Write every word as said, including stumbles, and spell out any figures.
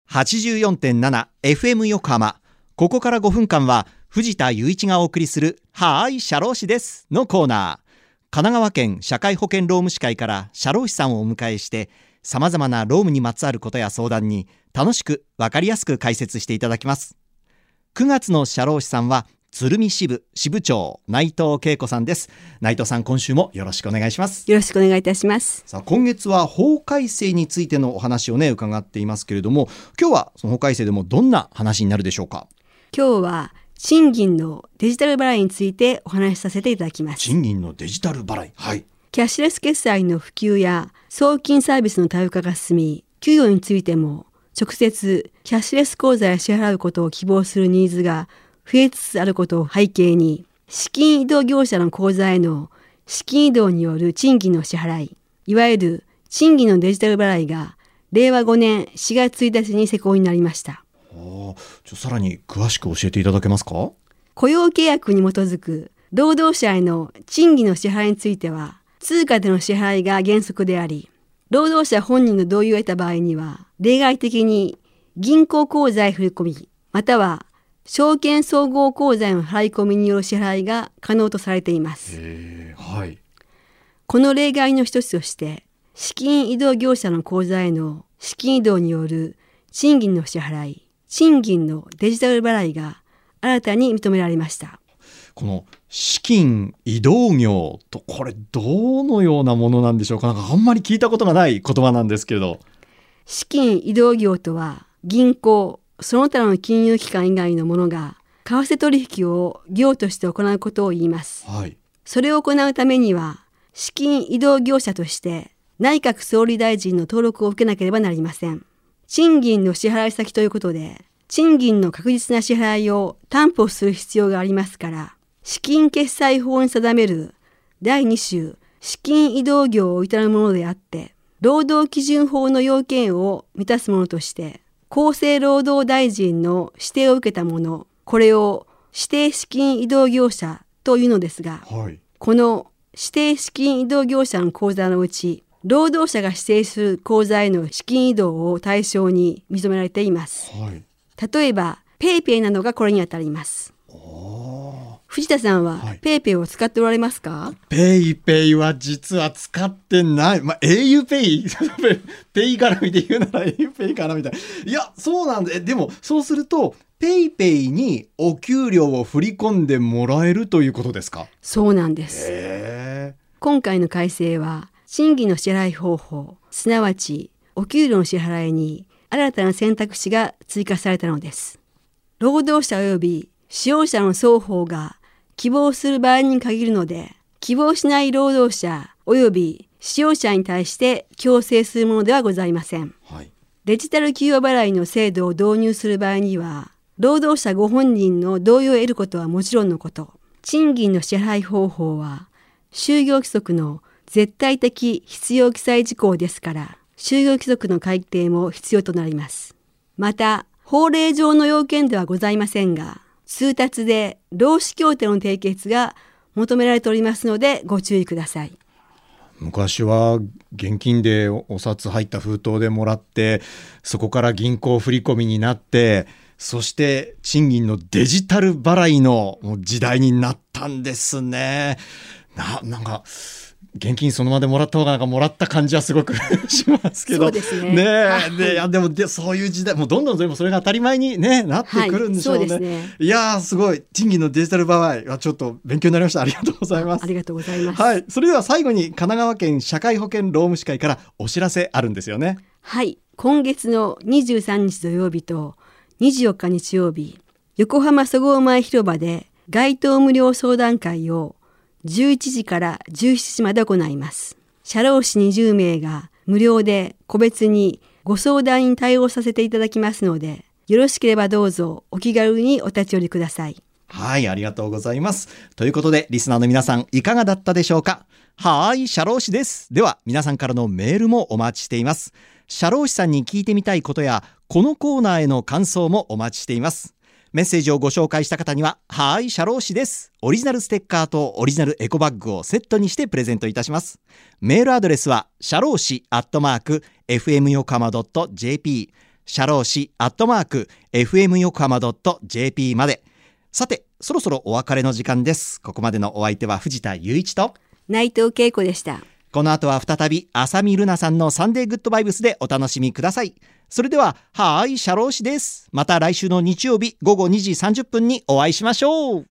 はちじゅうよんてんななエフエム 横浜。ここからごふんかんは藤田雄一がお送りするはーい社労士ですのコーナー。神奈川県社会保険労務士会から社労士さんをお迎えしてさまざまな労務にまつわることや相談に楽しく分かりやすく解説していただきます。くがつの社労士さんは鶴見支部支部長内藤恵子さんです。内藤さん、今週もよろしくお願いします。 よろしくお願いいたします。 さあ、今月は法改正についてのお話をね伺っていますけれども、今日はその法改正でもどんな話になるでしょうか。 今日は賃金のデジタル払いについてお話しさせていただきます。 賃金のデジタル払い、はい、 キャッシュレス決済の普及や送金サービスの多様化が進み、給与についても直接キャッシュレス口座へ支払うことを希望するニーズが増えつつあることを背景に、資金移動業者の口座への資金移動による賃金の支払い、いわゆる賃金のデジタル払いがれいわごねんしがつついたちに施行になりました。 あちょさらに詳しく教えていただけますか。 雇用契約に基づく労働者への賃金の支払いについては通貨での支払いが原則であり、労働者本人の同意を得た場合には例外的に銀行口座へ振り込み、または証券総合口座への払い込みによる支払いが可能とされています。 へー、はい、 この例外の一つとして資金移動業者の口座への資金移動による賃金の支払い、賃金のデジタル払いが新たに認められました。 この資金移動業と、これどのようなものなんでしょうか。なんかあんまり聞いたことがない言葉なんですけれど。 資金移動業とは、銀行その他の金融機関以外のものが為替取引を業として行うことを言います、 はい、 それを行うためには資金移動業者として内閣総理大臣の登録を受けなければなりません。賃金の支払い先ということで、賃金の確実な支払いを担保する必要がありますから、資金決済法に定めるだいに種資金移動業を営むものであって、労働基準法の要件を満たすものとして厚生労働大臣の指定を受けたもの、これを指定資金移動業者というのですが、 はい、この指定資金移動業者の口座のうち労働者が指定する口座への資金移動を対象に認められています、 はい、 例えばペイペイなどがこれにあたります。藤田さんはペイペイを使っておられますか。はい、 ペイペイは実は使ってない、まあ、au ペイペイ絡みで言うなら au ペイかなみたいな。いや、そうなんで、でもそうするとペイペイにお給料を振り込んでもらえるということですか。 そうなんです。 へー。 今回の改正は賃金の支払い方法、すなわちお給料の支払いに新たな選択肢が追加されたのです。労働者及び使用者の双方が希望する場合に限るので、希望しない労働者及び使用者に対して強制するものではございません、 はい、 デジタル給与払いの制度を導入する場合には、労働者ご本人の同意を得ることはもちろんのこと、賃金の支払い方法は就業規則の絶対的必要記載事項ですから、就業規則の改定も必要となります。また、法令上の要件ではございませんが、通達で労使協定の締結が求められておりますのでご注意ください。 昔は現金でお札入った封筒でもらって、そこから銀行振り込みになって、そして賃金のデジタル払いの時代になったんですね。な、なんか現金そのままでもらった方がなんかもらった感じはすごくしますけど。 そうですね。 ねえ、 はい、 で、いやでもでそういう時代もうどんどんでもそれが当たり前に、ね、なってくるんでしょうね。はい、そうですね。いやー、すごい賃金のデジタル払いはちょっと勉強になりました。ありがとうございます。 ありがとうございます。 はい、それでは最後に神奈川県社会保険労務士会からお知らせあるんですよね。 はい、今月のにじゅうさんにち土曜日とにじゅうよっか日曜日、横浜そごう前広場で街頭無料相談会をじゅういちじからじゅうしちじまで行います。社労士にじゅうめいが無料で個別にご相談に対応させていただきますので、よろしければどうぞお気軽にお立ち寄りください。 はい、ありがとうございます。ということでリスナーの皆さんいかがだったでしょうか。はい、社労士です。では皆さんからのメールもお待ちしています。社労士さんに聞いてみたいことやこのコーナーへの感想もお待ちしています。メッセージをご紹介した方には、はい、社労士です、オリジナルステッカーとオリジナルエコバッグをセットにしてプレゼントいたします。メールアドレスは社労士アットマーク エフエム 横浜 ドット ジェーピー社労士アットマーク エフエム 横浜 ドット ジェーピー まで。さて、そろそろお別れの時間です。ここまでのお相手は藤田雄一と内藤恵子でした。 この後は再び浅見ルナさんのサンデーグッドバイブスでお楽しみください。それでは、はーい、社労士です。また来週の日曜日午後にじさんじゅっぷんにお会いしましょう。